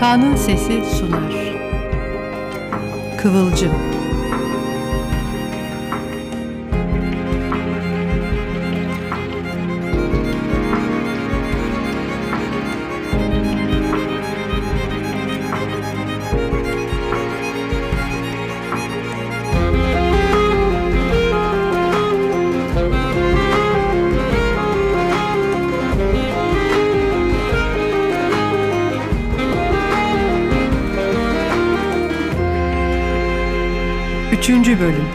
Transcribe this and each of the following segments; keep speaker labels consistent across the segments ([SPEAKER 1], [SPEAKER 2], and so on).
[SPEAKER 1] Kanun Sesi sunar. Kıvılcım. Üçüncü bölüm.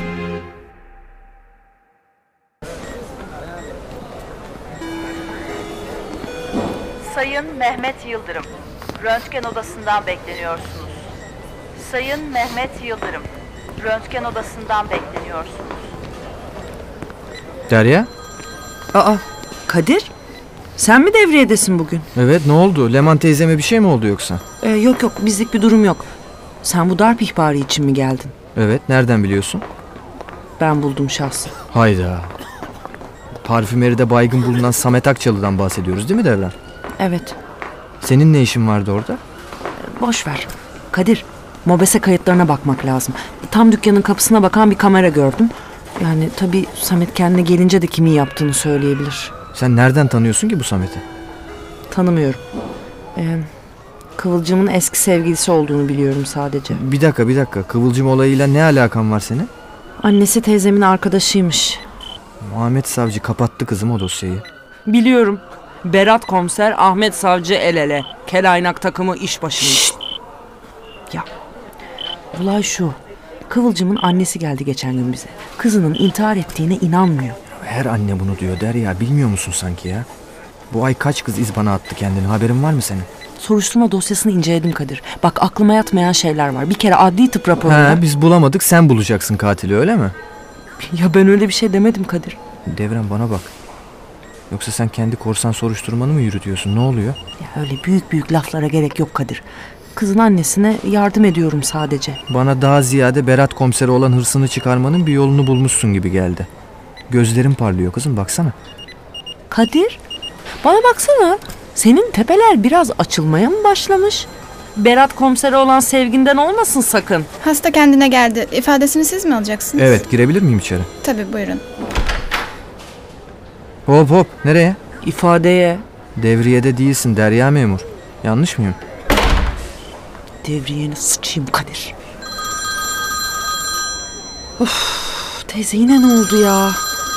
[SPEAKER 2] Sayın Mehmet Yıldırım, röntgen odasından bekleniyorsunuz. Sayın Mehmet Yıldırım, röntgen odasından bekleniyorsunuz.
[SPEAKER 3] Derya?
[SPEAKER 4] Aa, Kadir? Sen mi devriyedesin bugün?
[SPEAKER 3] Evet, ne oldu? Leman teyzeme bir şey mi oldu yoksa?
[SPEAKER 4] Yok bizlik bir durum yok. Sen bu darp ihbarı için mi geldin?
[SPEAKER 3] Evet, nereden biliyorsun?
[SPEAKER 4] Ben buldum şahsı.
[SPEAKER 3] Hayda. Parfümeride baygın bulunan Samet Akçalı'dan bahsediyoruz değil mi Devran?
[SPEAKER 4] Evet.
[SPEAKER 3] Senin ne işin vardı orada?
[SPEAKER 4] Boş ver. Kadir, MOBESE kayıtlarına bakmak lazım. Tam dükkanın kapısına bakan bir kamera gördüm. Yani tabii Samet kendine gelince de kimin yaptığını söyleyebilir.
[SPEAKER 3] Sen nereden tanıyorsun ki bu Samet'i?
[SPEAKER 4] Tanımıyorum. Kıvılcım'ın eski sevgilisi olduğunu biliyorum sadece.
[SPEAKER 3] Bir dakika. Kıvılcım olayıyla ne alakan var senin?
[SPEAKER 4] Annesi teyzemin arkadaşıymış.
[SPEAKER 3] Muhammed Savcı kapattı kızım o dosyayı.
[SPEAKER 4] Biliyorum. Berat komiser, Ahmet savcı el ele. Kelaynak takımı iş başında. Ya, olay şu. Kıvılcım'ın annesi geldi geçen gün bize. Kızının intihar ettiğine inanmıyor.
[SPEAKER 3] Her anne bunu diyor Derya, bilmiyor musun sanki ya? Bu ay kaç kız izbana attı kendini, haberin var mı senin?
[SPEAKER 4] Soruşturma dosyasını inceledim Kadir. Bak aklıma yatmayan şeyler var. Bir kere adli tıp raporunda...
[SPEAKER 3] Biz bulamadık, sen bulacaksın katili, öyle mi?
[SPEAKER 4] Ya ben öyle bir şey demedim Kadir.
[SPEAKER 3] Devran bana bak. Yoksa sen kendi korsan soruşturmanı mı yürütüyorsun? Ne oluyor?
[SPEAKER 4] Ya öyle büyük laflara gerek yok Kadir. Kızın annesine yardım ediyorum sadece.
[SPEAKER 3] Bana daha ziyade Berat komisere olan hırsını çıkarmanın bir yolunu bulmuşsun gibi geldi. Gözlerin parlıyor kızım, baksana.
[SPEAKER 4] Kadir, bana baksana. Senin tepeler biraz açılmaya mı başlamış? Berat komisere olan sevginden olmasın sakın.
[SPEAKER 5] Hasta kendine geldi. İfadesini siz mi alacaksınız?
[SPEAKER 3] Evet, girebilir miyim içeri?
[SPEAKER 5] Tabii, buyurun.
[SPEAKER 3] Hop, nereye?
[SPEAKER 4] İfadeye.
[SPEAKER 3] Devriyede değilsin Derya memur. Yanlış mıyım?
[SPEAKER 4] Devriyeni sıçayım Kadir. Of, teyze yine ne oldu ya?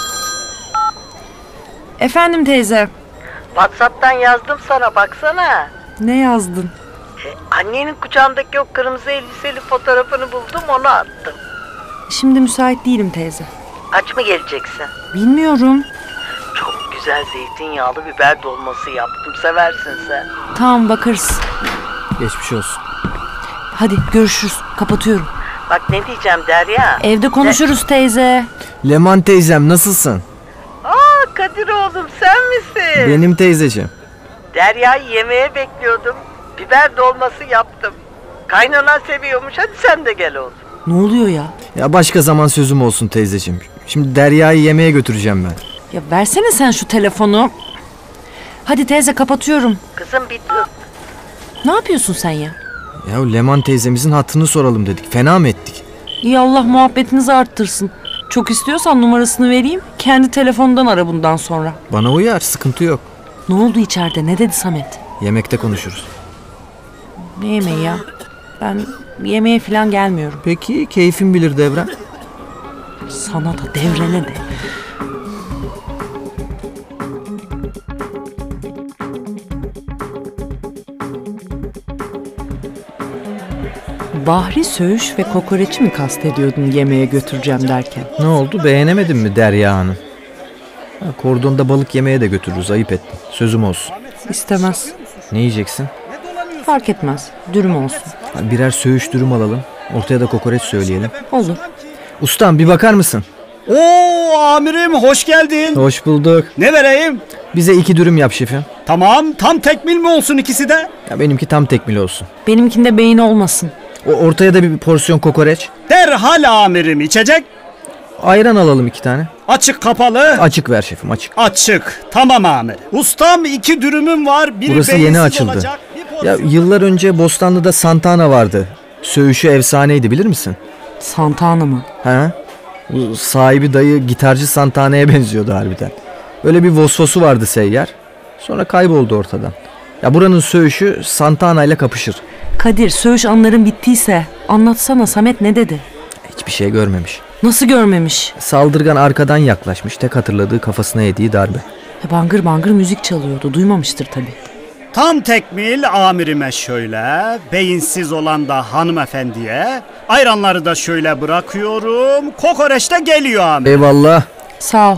[SPEAKER 4] Efendim teyze.
[SPEAKER 6] WhatsApp'tan yazdım sana, baksana.
[SPEAKER 4] Ne yazdın?
[SPEAKER 6] Annenin kucağındaki o kırmızı elbiseli fotoğrafını buldum, onu attım.
[SPEAKER 4] Şimdi müsait değilim teyze.
[SPEAKER 6] Aç mı geleceksin?
[SPEAKER 4] Bilmiyorum.
[SPEAKER 6] Çok güzel zeytinyağlı biber dolması yaptım, seversin sen.
[SPEAKER 4] Tamam, bakarız.
[SPEAKER 3] Geçmiş olsun.
[SPEAKER 4] Hadi görüşürüz, kapatıyorum.
[SPEAKER 6] Bak ne diyeceğim Derya.
[SPEAKER 4] Evde konuşuruz teyze.
[SPEAKER 3] Leman teyzem, nasılsın?
[SPEAKER 6] Kadir oğlum, sen misin?
[SPEAKER 3] Benim teyzeciğim.
[SPEAKER 6] Derya'yı yemeğe bekliyordum. Biber dolması yaptım. Kaynanan seviyormuş, hadi sen de gel oğlum.
[SPEAKER 4] Ne oluyor ya?
[SPEAKER 3] Ya başka zaman sözüm olsun teyzeciğim. Şimdi Derya'yı yemeğe götüreceğim ben.
[SPEAKER 4] Ya versene sen şu telefonu. Hadi teyze, kapatıyorum.
[SPEAKER 6] Kızım bir dur.
[SPEAKER 4] Ne yapıyorsun sen ya?
[SPEAKER 3] Ya Leman teyzemizin hattını soralım dedik. Fena mı ettik?
[SPEAKER 4] İyi, Allah muhabbetinizi arttırsın. Çok istiyorsan numarasını vereyim. Kendi telefonundan ara bundan sonra.
[SPEAKER 3] Bana uyar, sıkıntı yok.
[SPEAKER 4] Ne oldu içeride? Ne dedi Samet?
[SPEAKER 3] Yemekte konuşuruz.
[SPEAKER 4] Ne yemeği ya? Ben yemeğe falan gelmiyorum.
[SPEAKER 3] Peki, keyfin bilir Devran.
[SPEAKER 4] Sana da Devrene de. Bahri Söğüş ve kokoreçi mi kastediyordun yemeğe götüreceğim derken?
[SPEAKER 3] Ne oldu, beğenemedin mi Derya Hanım? Kordonda balık yemeye de götürürüz, ayıp ettin. Sözüm olsun.
[SPEAKER 4] İstemez.
[SPEAKER 3] Ne yiyeceksin?
[SPEAKER 4] Fark etmez. Dürüm olsun.
[SPEAKER 3] Birer söğüş dürüm alalım. Ortaya da kokoreç söyleyelim.
[SPEAKER 4] Olur.
[SPEAKER 3] Ustam bir bakar mısın?
[SPEAKER 7] Oo amirim, hoş geldin.
[SPEAKER 3] Hoş bulduk.
[SPEAKER 7] Ne vereyim?
[SPEAKER 3] Bize 2 dürüm yap şefim.
[SPEAKER 7] Tamam, tam tekmil mi olsun ikisi de?
[SPEAKER 3] Ya benimki tam tekmil olsun.
[SPEAKER 4] Benimkinde beyin olmasın.
[SPEAKER 3] Ortaya da bir porsiyon kokoreç.
[SPEAKER 7] Derhal amirim, içecek?
[SPEAKER 3] Ayran alalım 2 tane.
[SPEAKER 7] Açık kapalı?
[SPEAKER 3] Açık ver şefim, açık.
[SPEAKER 7] Açık. Tamam amirim. Ustam 2 dürümüm var. Biri
[SPEAKER 3] Burası
[SPEAKER 7] beyinsiz
[SPEAKER 3] yeni açıldı.
[SPEAKER 7] olacak, bir
[SPEAKER 3] Ya yıllar önce Bostanlı'da Santana vardı. Söğüşü efsaneydi, bilir misin?
[SPEAKER 4] Santana mı?
[SPEAKER 3] Ha? Bu sahibi dayı gitarcı Santana'ya benziyordu harbiden. Böyle bir vosvosu vardı seyyar. Sonra kayboldu ortadan. Ya buranın söğüşü Santana ile kapışır.
[SPEAKER 4] Kadir, söğüş anların bittiyse anlatsana, Samet ne dedi?
[SPEAKER 3] Hiçbir şey görmemiş.
[SPEAKER 4] Nasıl görmemiş?
[SPEAKER 3] Saldırgan arkadan yaklaşmış. Tek hatırladığı kafasına yediği darbe.
[SPEAKER 4] Bangır bangır müzik çalıyordu. Duymamıştır tabii.
[SPEAKER 7] Tam tekmil amirime şöyle, beyinsiz olan da hanımefendiye, ayranları da şöyle bırakıyorum, kokoreç de geliyor amir.
[SPEAKER 3] Eyvallah.
[SPEAKER 4] Sağ ol.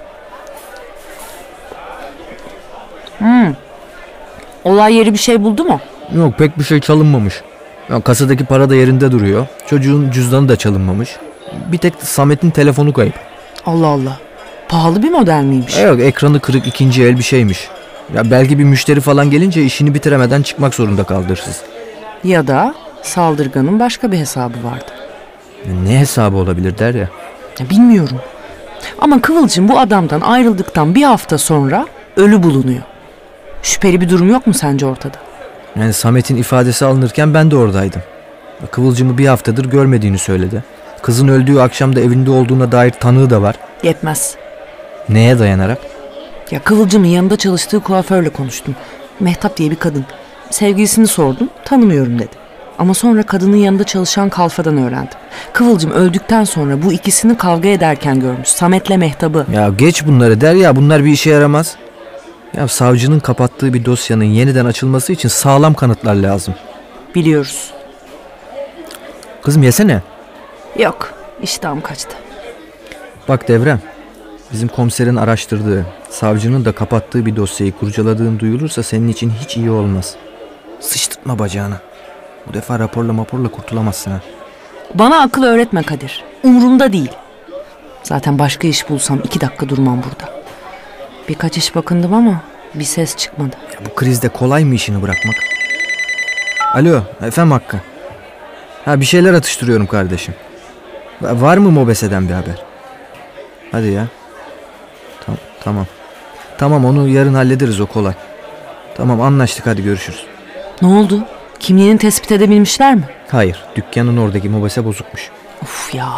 [SPEAKER 4] Olay yeri bir şey buldu mu?
[SPEAKER 3] Yok, pek bir şey çalınmamış. Ya, kasadaki para da yerinde duruyor. Çocuğun cüzdanı da çalınmamış. Bir tek Samet'in telefonu kayıp.
[SPEAKER 4] Allah Allah. Pahalı bir model miymiş?
[SPEAKER 3] Yok, ekranı kırık, ikinci el bir şeymiş. Ya belki bir müşteri falan gelince işini bitiremeden çıkmak zorunda kaldı hırsız.
[SPEAKER 4] Ya da saldırganın başka bir hesabı vardı.
[SPEAKER 3] Ne hesabı olabilir der ya.
[SPEAKER 4] Bilmiyorum. Ama Kıvılcım bu adamdan ayrıldıktan bir hafta sonra ölü bulunuyor. Şüpheli bir durum yok mu sence ortada?
[SPEAKER 3] Yani Samet'in ifadesi alınırken ben de oradaydım. Kıvılcım'ı bir haftadır görmediğini söyledi. Kızın öldüğü akşamda evinde olduğuna dair tanığı da var.
[SPEAKER 4] Yetmez.
[SPEAKER 3] Neye dayanarak?
[SPEAKER 4] Ya Kıvılcım'ın yanında çalıştığı kuaförle konuştum. Mehtap diye bir kadın. Sevgilisini sordum, tanımıyorum dedi. Ama sonra kadının yanında çalışan kalfadan öğrendim. Kıvılcım öldükten sonra bu ikisini kavga ederken görmüş. Samet'le Mehtap'ı.
[SPEAKER 3] Ya geç bunları der ya, bunlar bir işe yaramaz. Ya savcının kapattığı bir dosyanın yeniden açılması için sağlam kanıtlar lazım.
[SPEAKER 4] Biliyoruz.
[SPEAKER 3] Kızım yesene.
[SPEAKER 4] Yok, iştahım kaçtı.
[SPEAKER 3] Bak Devrem, bizim komiserin araştırdığı, savcının da kapattığı bir dosyayı kurcaladığın duyulursa senin için hiç iyi olmaz. Sıçtırtma bacağını. Bu defa raporla kurtulamazsın ha.
[SPEAKER 4] Bana akıl öğretme Kadir. Umurumda değil. Zaten başka iş bulsam 2 dakika durmam burada. Birkaç iş bakındım ama bir ses çıkmadı.
[SPEAKER 3] Ya bu krizde kolay mı işini bırakmak? Alo, efendim Hakkı. Ha, bir şeyler atıştırıyorum kardeşim. Var mı Mobese'den bir haber? Hadi ya. Tamam. Tamam, onu yarın hallederiz, o kolay. Tamam, anlaştık, hadi görüşürüz.
[SPEAKER 4] Ne oldu? Kimliğini tespit edebilmişler mi?
[SPEAKER 3] Hayır, dükkanın oradaki Mobese bozukmuş.
[SPEAKER 4] Of ya.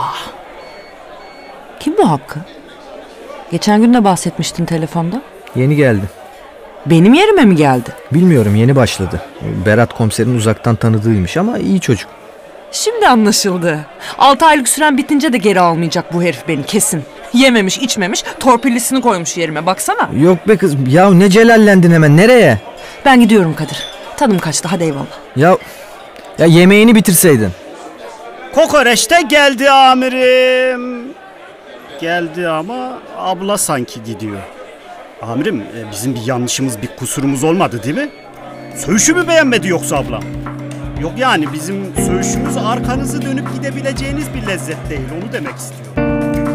[SPEAKER 4] Kim bu Hakkı? Geçen gün de bahsetmiştin telefonda.
[SPEAKER 3] Yeni geldi.
[SPEAKER 4] Benim yerime mi geldi?
[SPEAKER 3] Bilmiyorum, yeni başladı. Berat komiserin uzaktan tanıdığıymış ama iyi çocuk.
[SPEAKER 4] Şimdi anlaşıldı. 6 aylık süren bitince de geri almayacak bu herif beni kesin. Yememiş içmemiş torpillisini koymuş yerime baksana.
[SPEAKER 3] Yok be kız, ya ne celallendin hemen, nereye?
[SPEAKER 4] Ben gidiyorum Kadir. Tadım kaçtı, hadi eyvallah.
[SPEAKER 3] Ya yemeğini bitirseydin.
[SPEAKER 7] Kokoreç de geldi amirim. Geldi ama abla sanki gidiyor. Amirim, bizim bir yanlışımız, bir kusurumuz olmadı değil mi? Söğüşü mü beğenmedi yoksa abla? Yok yani bizim söğüşümüz arkanızı dönüp gidebileceğiniz bir lezzet değil, onu demek istiyorum.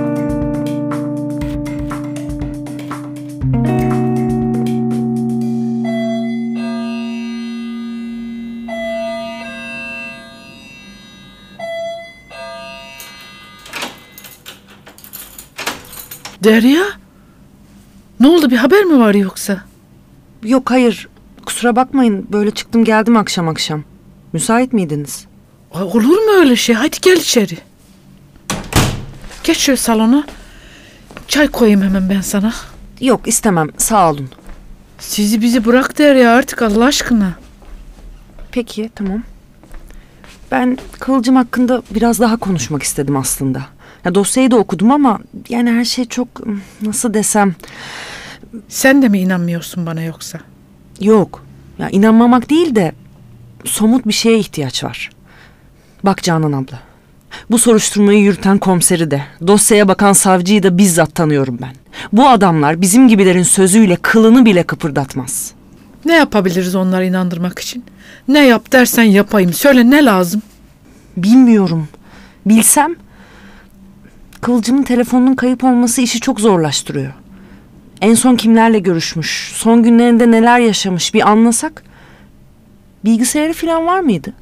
[SPEAKER 8] Derya? Ne oldu, bir haber mi var yoksa?
[SPEAKER 4] Yok hayır, kusura bakmayın, böyle çıktım geldim akşam. Müsait miydiniz?
[SPEAKER 8] Ay, olur mu öyle şey? Hadi gel içeri. Geç şöyle salona. Çay koyayım hemen ben sana.
[SPEAKER 4] Yok istemem, sağ olun.
[SPEAKER 8] Sizi bizi bırak Derya artık, Allah aşkına.
[SPEAKER 4] Peki tamam. Ben Kıvılcım hakkında biraz daha konuşmak istedim aslında. Ya dosyayı da okudum ama yani her şey çok, nasıl desem.
[SPEAKER 8] Sen de mi inanmıyorsun bana yoksa?
[SPEAKER 4] Yok. Ya inanmamak değil de somut bir şeye ihtiyaç var. Bak Canan abla. Bu soruşturmayı yürüten komiseri de, dosyaya bakan savcıyı da bizzat tanıyorum ben. Bu adamlar bizim gibilerin sözüyle kılını bile kıpırdatmaz.
[SPEAKER 8] Ne yapabiliriz onları inandırmak için? Ne yap dersen yapayım. Söyle, ne lazım?
[SPEAKER 4] Bilmiyorum. Bilsem Kıvılcım'ın telefonunun kayıp olması işi çok zorlaştırıyor. En son kimlerle görüşmüş, son günlerinde neler yaşamış bir anlasak. Bilgisayarı falan var mıydı?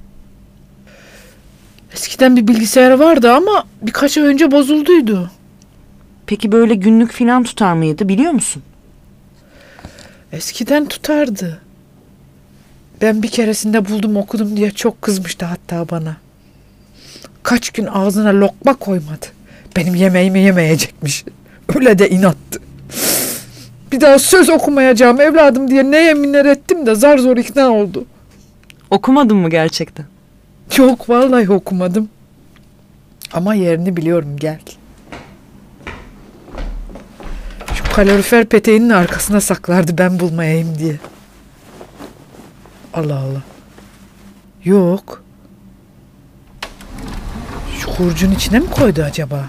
[SPEAKER 8] Eskiden bir bilgisayarı vardı ama birkaç ay önce bozulduydu.
[SPEAKER 4] Peki böyle günlük falan tutar mıydı biliyor musun?
[SPEAKER 8] Eskiden tutardı. Ben bir keresinde buldum okudum diye çok kızmıştı hatta bana. Kaç gün ağzına lokma koymadı. Benim yemeğimi yemeyecekmiş. Öyle de inattı. Bir daha söz okumayacağım evladım diye ne yeminler ettim de zar zor ikna oldu.
[SPEAKER 4] Okumadın mı gerçekten?
[SPEAKER 8] Yok vallahi okumadım. Ama yerini biliyorum, gel. Şu kalorifer peteğinin arkasına saklardı ben bulmayayım diye. Allah Allah. Yok. Şu hurcun içine mi koydu acaba?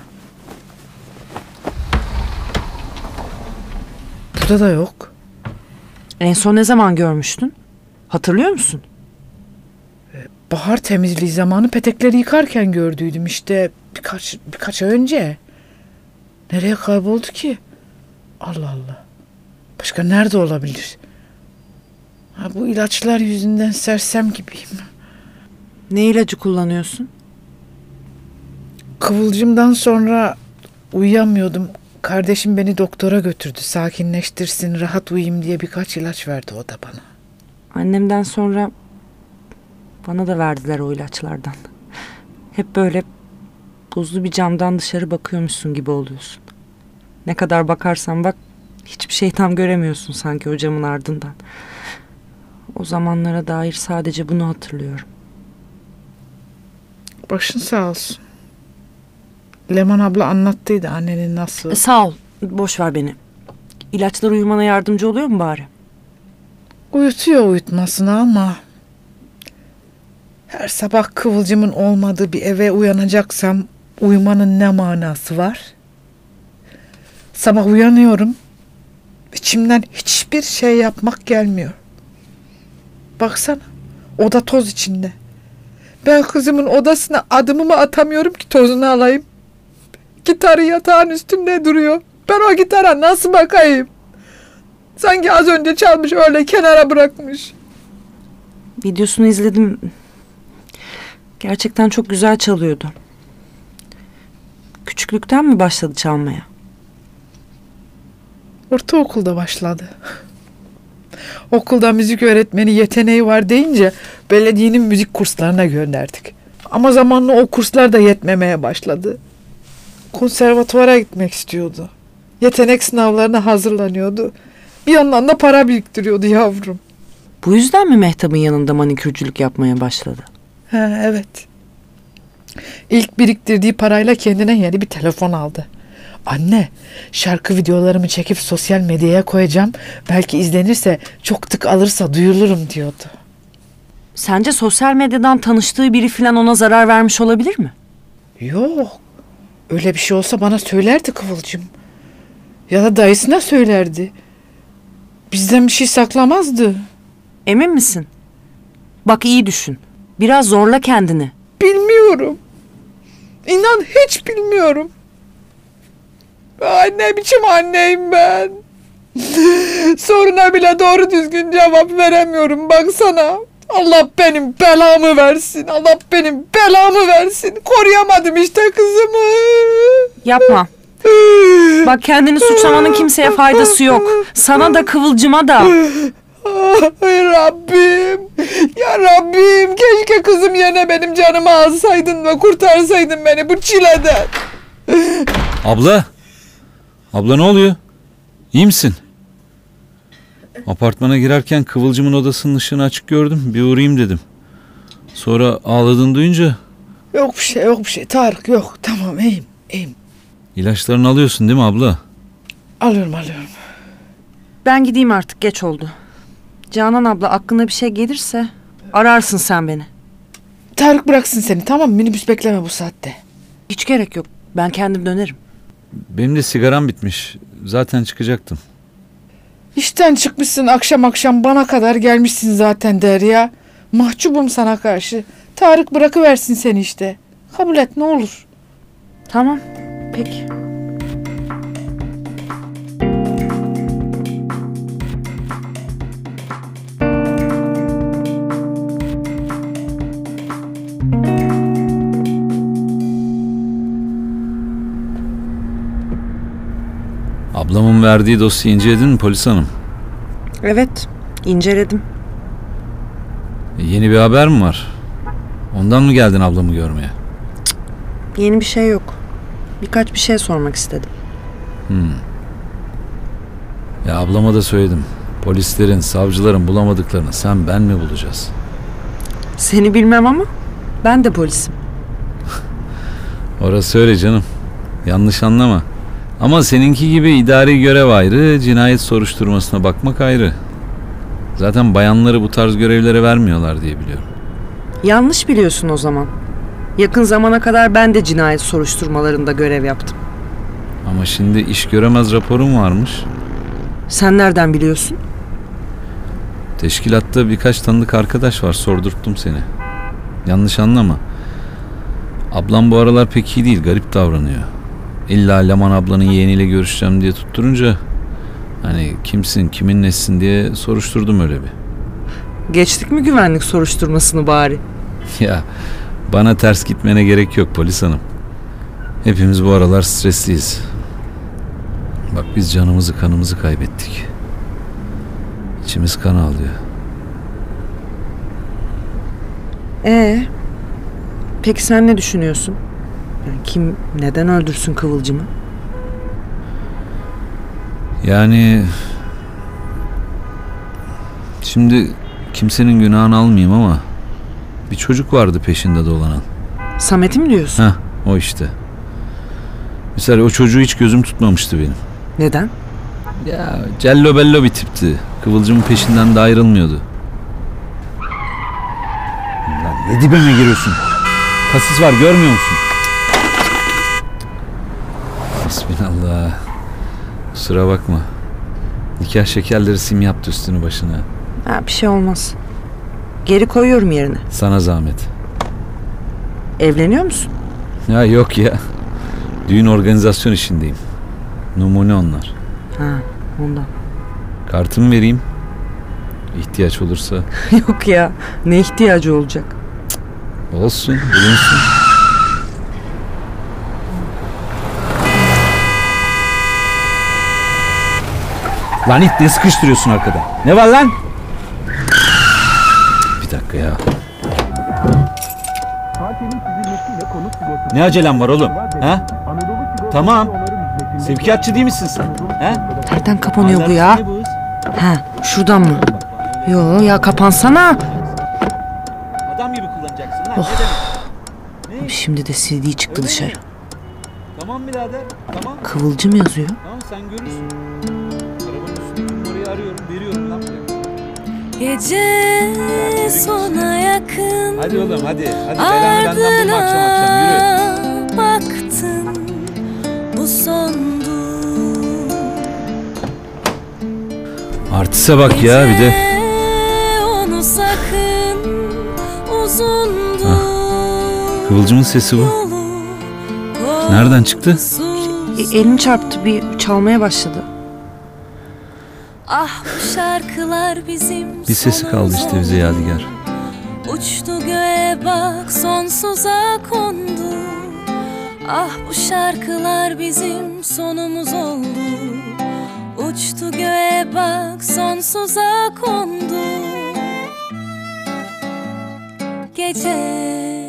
[SPEAKER 8] Burada da yok.
[SPEAKER 4] En son ne zaman görmüştün? Hatırlıyor musun?
[SPEAKER 8] Bahar temizliği zamanı petekleri yıkarken gördüydüm işte birkaç ay önce. Nereye kayboldu ki? Allah Allah. Başka nerede olabilir? Ha, bu ilaçlar yüzünden sersem gibiyim.
[SPEAKER 4] Ne ilacı kullanıyorsun?
[SPEAKER 8] Kıvılcımdan sonra uyuyamıyordum. Kardeşim beni doktora götürdü. Sakinleştirsin, rahat uyuyayım diye birkaç ilaç verdi o da bana.
[SPEAKER 4] Annemden sonra bana da verdiler o ilaçlardan. Hep böyle buzlu bir camdan dışarı bakıyormuşsun gibi oluyorsun. Ne kadar bakarsan bak hiçbir şey tam göremiyorsun sanki o camın ardından. O zamanlara dair sadece bunu hatırlıyorum.
[SPEAKER 8] Başın sağ olsun. Leman abla anlattıydı annenin nasıl.
[SPEAKER 4] Sağ ol. Boş ver beni. İlaçlar uyumana yardımcı oluyor mu bari?
[SPEAKER 8] Uyutuyor uyutmasına ama her sabah Kıvılcım'ın olmadığı bir eve uyanacaksam uyumanın ne manası var? Sabah uyanıyorum. İçimden hiçbir şey yapmak gelmiyor. Baksana. Oda toz içinde. Ben kızımın odasına adımımı atamıyorum ki tozunu alayım. Gitarı yatağın üstünde duruyor. Ben o gitara nasıl bakayım? Sanki az önce çalmış öyle kenara bırakmış.
[SPEAKER 4] Videosunu izledim. Gerçekten çok güzel çalıyordu. Küçüklükten mi başladı çalmaya?
[SPEAKER 8] Ortaokulda başladı. Okulda müzik öğretmeni yeteneği var deyince belediyenin müzik kurslarına gönderdik. Ama zamanla o kurslar da yetmemeye başladı. Konservatuvara gitmek istiyordu. Yetenek sınavlarına hazırlanıyordu. Bir yandan da para biriktiriyordu yavrum.
[SPEAKER 4] Bu yüzden mi Mehtap'ın yanında manikürcülük yapmaya başladı?
[SPEAKER 8] Evet. İlk biriktirdiği parayla kendine yeni bir telefon aldı. Anne, şarkı videolarımı çekip sosyal medyaya koyacağım. Belki izlenirse, çok tık alırsa duyulurum diyordu.
[SPEAKER 4] Sence sosyal medyadan tanıştığı biri falan ona zarar vermiş olabilir mi?
[SPEAKER 8] Yok. Öyle bir şey olsa bana söylerdi Kıvılcım. Ya da dayısına söylerdi. Bizden bir şey saklamazdı.
[SPEAKER 4] Emin misin? Bak iyi düşün. Biraz zorla kendini.
[SPEAKER 8] Bilmiyorum. İnan hiç bilmiyorum. Ne biçim anneyim ben. Soruna bile doğru düzgün cevap veremiyorum baksana. Allah benim belamı versin. Allah benim belamı versin. Koruyamadım işte kızımı.
[SPEAKER 4] Yapma. Bak kendini suçlamanın kimseye faydası yok. Sana da Kıvılcım'a da.
[SPEAKER 8] Ay Rabbim. Ya Rabbim keşke kızım yerine benim canımı alsaydın ve kurtarsaydın beni bu çileden.
[SPEAKER 9] Abla. Abla ne oluyor? İyi misin? Apartmana girerken Kıvılcım'ın odasının ışığını açık gördüm. Bir uğrayayım dedim. Sonra ağladığını duyunca...
[SPEAKER 8] Yok bir şey Tarık yok. Tamam iyiyim.
[SPEAKER 9] İlaçlarını alıyorsun değil mi abla?
[SPEAKER 8] Alıyorum.
[SPEAKER 4] Ben gideyim artık geç oldu. Canan abla aklına bir şey gelirse ararsın sen beni.
[SPEAKER 8] Tarık bıraksın seni tamam mı? Minibüs bekleme bu saatte.
[SPEAKER 4] Hiç gerek yok. Ben kendim dönerim.
[SPEAKER 9] Benim de sigaram bitmiş. Zaten çıkacaktım.
[SPEAKER 8] İşten çıkmışsın akşam bana kadar gelmişsin zaten Derya. Mahcubum sana karşı. Tarık bırakıversin seni işte. Kabul et ne olur.
[SPEAKER 4] Tamam. Peki.
[SPEAKER 9] Ablamın verdiği dosyayı inceledin mi polis hanım?
[SPEAKER 4] Evet. İnceledim.
[SPEAKER 9] Yeni bir haber mi var? Ondan mı geldin ablamı görmeye?
[SPEAKER 4] Yeni bir şey yok. Birkaç bir şey sormak istedim.
[SPEAKER 9] Ya ablama da söyledim. Polislerin, savcıların bulamadıklarını sen ben mi bulacağız?
[SPEAKER 4] Seni bilmem ama ben de polisim.
[SPEAKER 9] Orası öyle canım. Yanlış anlama. Ama seninki gibi idari görev ayrı, cinayet soruşturmasına bakmak ayrı. Zaten bayanları bu tarz görevlere vermiyorlar diye biliyorum.
[SPEAKER 4] Yanlış biliyorsun o zaman. Yakın zamana kadar ben de cinayet soruşturmalarında görev yaptım.
[SPEAKER 9] Ama şimdi iş göremez raporum varmış.
[SPEAKER 4] Sen nereden biliyorsun?
[SPEAKER 9] Teşkilatta birkaç tanıdık arkadaş var, sordurttum seni. Yanlış anlama. Ablam bu aralar pek iyi değil, garip davranıyor. İlla Leman ablanın yeğeniyle görüşeceğim diye tutturunca... Hani kimsin, kimin nesin diye soruşturdum öyle bir.
[SPEAKER 4] Geçtik mi güvenlik soruşturmasını bari?
[SPEAKER 9] Ya bana ters gitmene gerek yok polis hanım. Hepimiz bu aralar stresliyiz. Bak biz canımızı kanımızı kaybettik. İçimiz kan ağlıyor.
[SPEAKER 4] Peki sen ne düşünüyorsun? Yani kim neden öldürsün Kıvılcım'ı?
[SPEAKER 9] Yani... Şimdi kimsenin günahını almayayım ama... Bir çocuk vardı peşinde dolanan.
[SPEAKER 4] Samet'i mi diyorsun?
[SPEAKER 9] Heh, o işte. Mesela o çocuğu hiç gözüm tutmamıştı benim.
[SPEAKER 4] Neden?
[SPEAKER 9] Ya cello bello bir tipti. Kıvılcımın peşinden de ayrılmıyordu. Lan ne dibime giriyorsun? Kasis var görmüyor musun? Bismillah. Kusura bakma. Nikah şekerleri sim yaptı üstünü başına.
[SPEAKER 4] Ha, bir şey olmaz. Geri koyuyorum yerine.
[SPEAKER 9] Sana zahmet.
[SPEAKER 4] Evleniyor musun?
[SPEAKER 9] Ya yok ya. Düğün organizasyon işindeyim. Numune onlar.
[SPEAKER 4] Ha, ondan.
[SPEAKER 9] Kartımı vereyim. İhtiyaç olursa.
[SPEAKER 4] Yok ya. Ne ihtiyacı olacak?
[SPEAKER 9] Olsun, bulunsun. Lan it ne sıkıştırıyorsun arkada? Ne var lan? Bir dakika ya. Ne acelem var oğlum? Ha? Tamam. Sevkiyatçı değil misin sen? Ha?
[SPEAKER 4] Nereden kapanıyor bu ya? Ha, şuradan mı? Yo ya kapansana.
[SPEAKER 9] Adam gibi kullanacaksın lan. Ne demek?
[SPEAKER 4] Şimdi de CD çıktı dışarı.
[SPEAKER 9] Tamam birader. Tamam.
[SPEAKER 4] Kıvılcım yazıyor.
[SPEAKER 9] Tamam sen görürsün. Arabanın üstündeki numarayı arıyorum. Veriyorum lan.
[SPEAKER 10] Gece sona yakın.
[SPEAKER 9] Hadi oğlum hadi. Hadi belanı benden bulma akşam yürü.
[SPEAKER 10] Baktın bu sondu.
[SPEAKER 9] Artiste bak ya bir de.
[SPEAKER 10] Onu sakın uzundu.
[SPEAKER 9] Kıvılcımın sesi bu. Nereden çıktı?
[SPEAKER 4] Elini çarptı bir çalmaya başladı.
[SPEAKER 10] Ah bu şarkılar bizim
[SPEAKER 9] Bir sesi kaldı işte bize yadigar.
[SPEAKER 10] Uçtu göğe bak sonsuza kondu. Ah bu şarkılar bizim sonumuz oldu. Uçtu göğe bak sonsuza kondu. Gece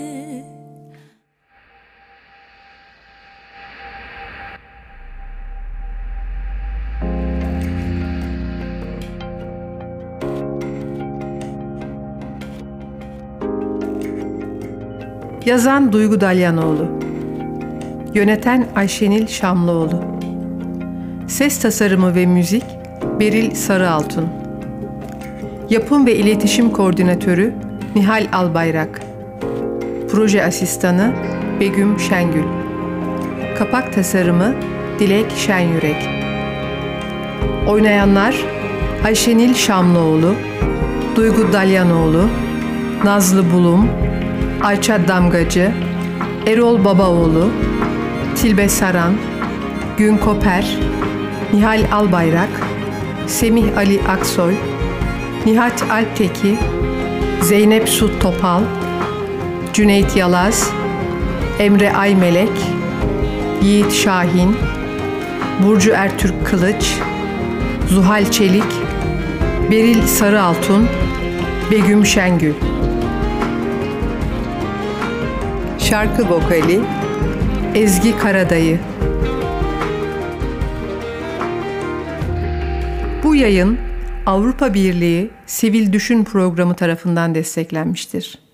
[SPEAKER 1] Yazan Duygu Dalyanoğlu. Yöneten Ayşenil Şamlıoğlu. Ses tasarımı ve müzik Beril Sarıaltun. Yapım ve iletişim koordinatörü Nihal Albayrak. Proje asistanı Begüm Şengül. Kapak tasarımı Dilek Şenyürek. Oynayanlar Ayşenil Şamlıoğlu, Duygu Dalyanoğlu, Nazlı Bulum, Ayça Damgacı, Erol Babaoğlu, Tilbe Saran, Gün Koper, Nihal Albayrak, Semih Ali Aksoy, Nihat Alpteki, Zeynep Su Topal, Cüneyt Yalaz, Emre Aymelek, Yiğit Şahin, Burcu Ertürk Kılıç, Zuhal Çelik, Beril Sarıaltun Begüm Şengül. Şarkı vokali Ezgi Karadayı. Bu yayın Avrupa Birliği Sivil Düşün Programı tarafından desteklenmiştir.